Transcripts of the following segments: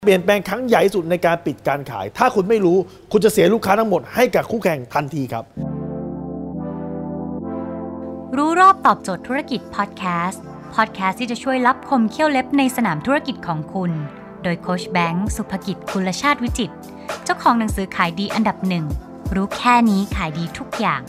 เปลี่ยนแปลงครั้งใหญ่สุดในการปิดการขายถ้าคุณไม่รู้คุณจะเสียลูกค้าทั้งหมดให้กับคู่แข่งทันทีครับรู้รอบตอบโจทย์ธุรกิจพอดแคสต์ที่จะช่วยลับคมเขี้ยวเล็บในสนามธุรกิจของคุณโดยโค้ชแบงค์สุภกิจกุลชาติวิจิตรเจ้าของหนังสือขายดีอันดับหนึ่งรู้แค่นี้ขายดีทุกอย่าง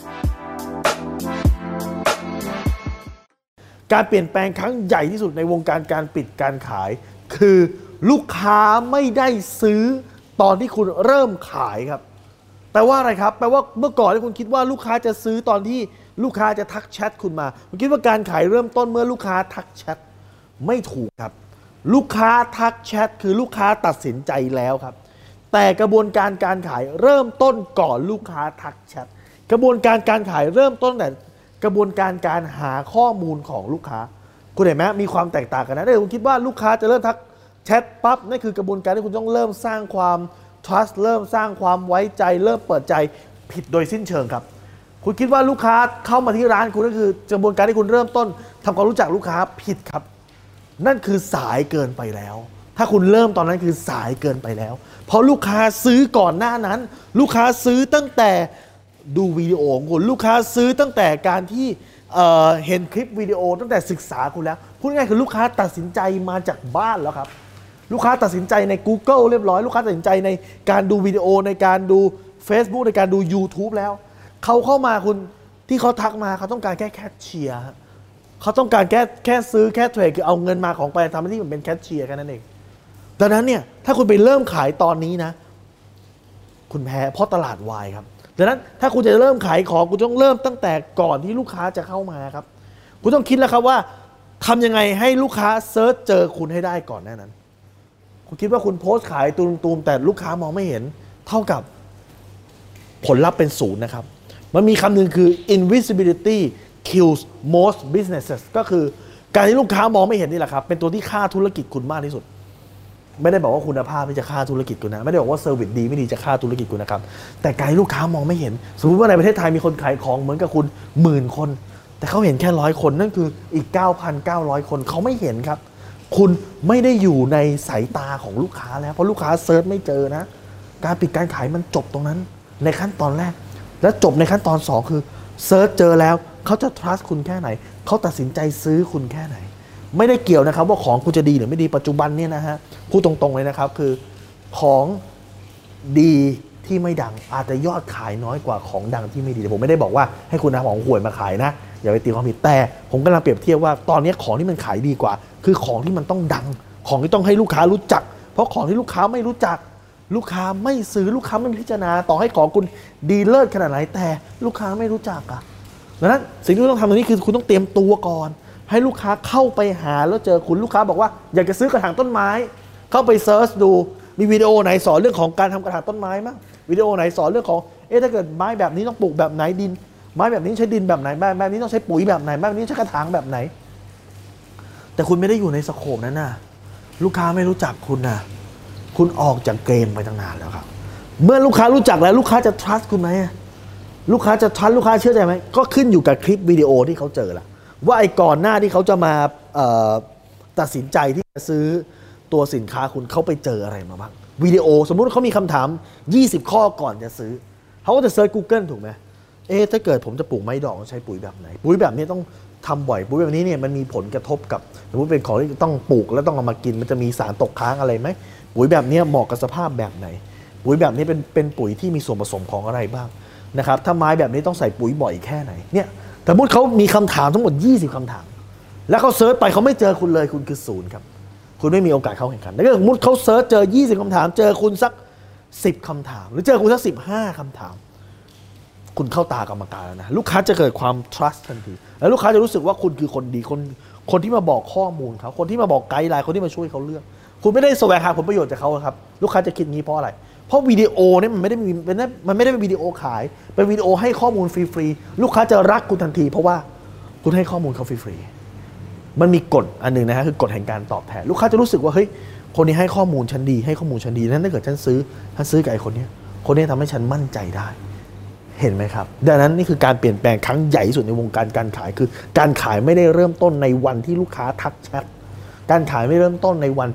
การเปลี่ยนแปลงครั้งใหญ่ที่สุดในวงการการปิดการขายคือลูกค้าไม่ได้ซื้อตอนที่คุณเริ่มขายครับแปลว่าอะไรครับแปลว่าเมื่อก่อนที่คุณคิดว่าลูกค้าจะซื้อตอนที่ลูกค้าจะทักแชทคุณมาคุณคิดว่าการขายเริ่มต้นเมื่อลูกค้าทักแชทไม่ถูกครับลูกค้าทักแชทคือลูกค้าตัดสินใจแล้วครับแต่กระบวนการการขายเริ่มต้นก่อนลูกค้าทักแชทกระบวนการการขายเริ่มต้นแต่กระบวนการการหาข้อมูลของลูกค้าคุณเห็นไหมมีความแตกต่างกันนะถ้าคุณคิดว่าลูกค้าจะเริ่มทักแชทปั๊บนั่นคือกระบวนการที่คุณต้องเริ่มสร้างความ trust เริ่มสร้างความไว้ใจเริ่มเปิดใจผิดโดยสิ้นเชิงครับคุณคิดว่าลูกค้าเข้ามาที่ร้านคุณก็คือกระบวนการที่คุณเริ่มต้นทำความรู้จักลูกค้าผิดครับนั่นคือสายเกินไปแล้วถ้าคุณเริ่มตอนนั้นคือสายเกินไปแล้วเพราะลูกค้าซื้อก่อนหน้านั้นลูกค้าซื้อตั้งแต่ดูวิดีโอของคุณลูกค้าซื้อตั้งแต่การที่เห็นคลิปวิดีโอตั้งแต่ศึกษาคุณแล้วพูดง่ายๆคือลูกค้าตัดสินใจมาจากบ้านแล้วครับลูกค้าตัดสินใจใน Google เรียบร้อยลูกค้าตัดสินใจในการดูวิดีโอในการดู Facebook ในการดู YouTube แล้วเขาเข้ามาคุณที่เขาทักมาเขาต้องการแค่แคชเชียร์เขาต้องการแค่ซื้อแค่เทรดคือเอาเงินมาของไปทำหน้าที่เหมือนเป็นแคชเชียร์แค่นั้นเองดังนั้นเนี่ยถ้าคุณไปเริ่มขายตอนนี้นะคุณแพ้เพราะตลาดวายครับดังนั้นถ้าคุณจะเริ่มขายของคุณต้องเริ่มตั้งแต่ก่อนที่ลูกค้าจะเข้ามาครับคุณต้องคิดแล้วครับว่าทำยังไงให้ลูกค้าเซิร์ชเจอคุณให้ได้ก่อนหน้านั้นคุณคิดว่าคุณโพสต์ขายตูมๆแต่ลูกค้ามองไม่เห็นเท่ากับผลลัพธ์เป็นศูนย์นะครับมันมีคำหนึ่งคือ invisibility kills most businesses ก็คือการที่ลูกค้ามองไม่เห็นนี่แหละครับเป็นตัวที่ฆ่าธุรกิจคุณมากที่สุดไม่ได้บอกว่าคุณภาพที่จะฆ่าธุรกิจคุณนะไม่ได้บอกว่าเซอร์วิสดีไม่ดีจะฆ่าธุรกิจคุณนะครับแต่การที่ลูกค้ามองไม่เห็นสมมติว่าในประเทศไทยมีคนขายของเหมือนกับคุณ10,000 คนแต่เขาเห็นแค่100 คนนั่นคืออีก 9,900 คนเขาไม่เห็นครับคุณไม่ได้อยู่ในสายตาของลูกค้าแล้วเพราะลูกค้าเซิร์ชไม่เจอนะการปิดการขายมันจบตรงนั้นในขั้นตอนแรกและจบในขั้นตอน2คือเซิร์ชเจอแล้วเขาจะ trust คุณแค่ไหนเขาตัดสินใจซื้อคุณแค่ไหนไม่ได้เกี่ยวนะครับว่าของคุณจะดีหรือไม่ดีปัจจุบันเนี่ยนะฮะพูดตรงๆเลยนะครับคือของดีที่ไม่ดังอาจจะยอดขายน้อยกว่าของดังที่ไม่ดีแต่ผมไม่ได้บอกว่าให้คุณเอาของห่วยมาขายนะอย่าไปตีความผิดแต่ผมกำลังเปรียบเทียบว่าตอนนี้ของที่มันขายดีกว่าคือของที่มันต้องดังของที่ต้องให้ลูกค้ารู้จักเพราะของที่ลูกค้าไม่รู้จักลูกค้าไม่ซื้อลูกค้าไม่พิจารณาต่อให้ของคุณดีเลิศขนาดไหนแต่ลูกค้าไม่รู้จักอ่ะดังนั้นสิ่งที่คุณต้องทำตรงนี้คือคุณต้องเตรียมตัวก่อนให้ลูกค้าเข้าไปหาแล้วเจอคุณลูกค้าบอกว่าอยากจะซื้อกระถางต้นไม้เข้าไปเซิร์ชดูมีวิดีโอไหนสอนเรื่องของการทำกระถางต้นไม้มั้งวิดีโอไหนสอนเรื่องของถ้าเกิดไม้แบบนี้ต้องปลูกแบบไหนดินไม้แบบนี้ใช้ดินแบบไหนแบบนี้ต้องใช้ปุ๋ยแบบไหนแบบนี้ใช้กระถางแบบไหนแต่คุณไม่ได้อยู่ในสโคปนั้นน่ะลูกค้าไม่รู้จักคุณน่ะคุณออกจากเกมไปตั้งนานแล้วครับเมื่อลูกค้ารู้จักแล้วลูกค้าจะ trust คุณไหมลูกค้าจะ trust ลูกค้าเชื่อใจไหมก็ขึ้นอยู่กับคลิปวิดีโอที่เขาเจอละว่าไอ้ก่อนหน้าที่เขาจะมาตัดสินใจที่จะซื้อตัวสินค้าคุณเขาไปเจออะไรมาบ้างวิดีโอสมมุติเขามีคำถาม20 ข้อก่อนจะซื้อเขาก็จะเซิร์ช Google ถูกไหมถ้าเกิดผมจะปลูกไม้ดอกใช้ปุ๋ยแบบไหนปุ๋ยแบบนี้ต้องทำบ่อยปุ๋ยแบบนี้เนี่ยมันมีผลกระทบกับสมมติเป็นของที่ต้องปลูกแล้วต้องเอามากินมันจะมีสารตกค้างอะไรไหมปุ๋ยแบบนี้เหมาะกับสภาพแบบไหนปุ๋ยแบบนี้เป็นปุ๋ยที่มีส่วนผสมของอะไรบ้างนะครับถ้าไม้แบบนี้ต้องใส่ปุ๋ยบ่อยแค่ไหนเนี่ยสมมติเขามีคำถามทั้งหมด20 คำถามแล้วเขาเซิร์ชไปเขาไม่เจอคุณเลยคุณคือศูนย์ครับคุณไม่มีโอกาสเข้าแข่งขันถ้าสมมติเขาเซิร์ชเจอ20 คำถามเจอคุณสัก10 คำถามหรือเจอคุณสัก15 คำถามคุณเข้าตากรรมการแล้วนะลูกค้าจะเกิดความ trust ทันทีแล้วลูกค้าจะรู้สึกว่าคุณคือคนดีคนที่มาบอกข้อมูลเขาคนที่มาบอกไกด์ไลน์คนที่มาช่วยเขาเลือกคุณไม่ได้แสวงหาผลประโยชน์จากเขาครับลูกค้าจะคิดงี้เพราะอะไรเพราะวิดีโอเนี่ยมันไม่ได้เป็นวิดีโอขายเป็นวิดีโอให้ข้อมูลฟรีๆลูกค้าจะรักคุณทันทีเพราะว่าคุณให้ข้อมูลเขาฟรีๆมันมีกฎอันหนึ่งนะฮะคือกฎแห่งการตอบแทนลูกค้าจะรู้สึกว่าเฮ้ยคนนี้ให้ข้อมูลฉันดีให้ข้อมูลฉันดีนั้นถ้าเกิดฉันซื้อกับไอ้คนนี้ทำให้ฉันมั่นใจได้เห็นไหมครับดังนั้นนี่คือการเปลี่ยนแปลงครั้งใหญ่ที่สุดในวงการการขายคือการขายไม่ได้เริ่มต้นในวันที่ลูกค้าทักแชทการขายไม่เริ่มต้นในวันที่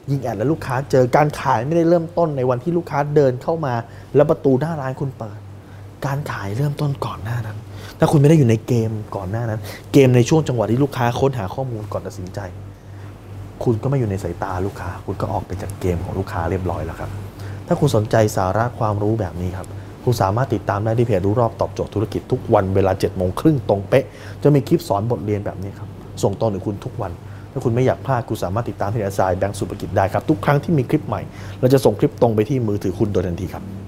ยิงแอดแล้วลูกค้าเจอการขายไม่ได้เริ่มต้นในวันที่ลูกค้าเดินเข้ามาแล้วประตูหน้าร้านคุณเปิดการขายเริ่มต้นก่อนหน้านั้นถ้าคุณไม่ได้อยู่ในเกมก่อนหน้านั้นเกมในช่วงจังหวะที่ลูกค้าค้นหาข้อมูลก่อนตัดสินใจคุณก็ไม่อยู่ในสายตาลูกค้าคุณก็ออกไปจากเกมของลูกค้าเรียบร้อยแล้วครับถ้าคุณสนใจสาระความรู้แบบนี้ครับคุณสามารถติดตามได้ที่เพจรู้รอบตอบโจทย์ธุรกิจทุกวันเวลา 7:30 นตรงเป๊ะจะมีคลิปสอนบทเรียนแบบนี้ครับส่งตรงถึงคุณทุกวันถ้าคุณไม่อยากพลาดคุณสามารถติดตามที่แอดไซน์แบงก์สุภกิจได้ครับทุกครั้งที่มีคลิปใหม่เราจะส่งคลิปตรงไปที่มือถือคุณโดยทันทีครับ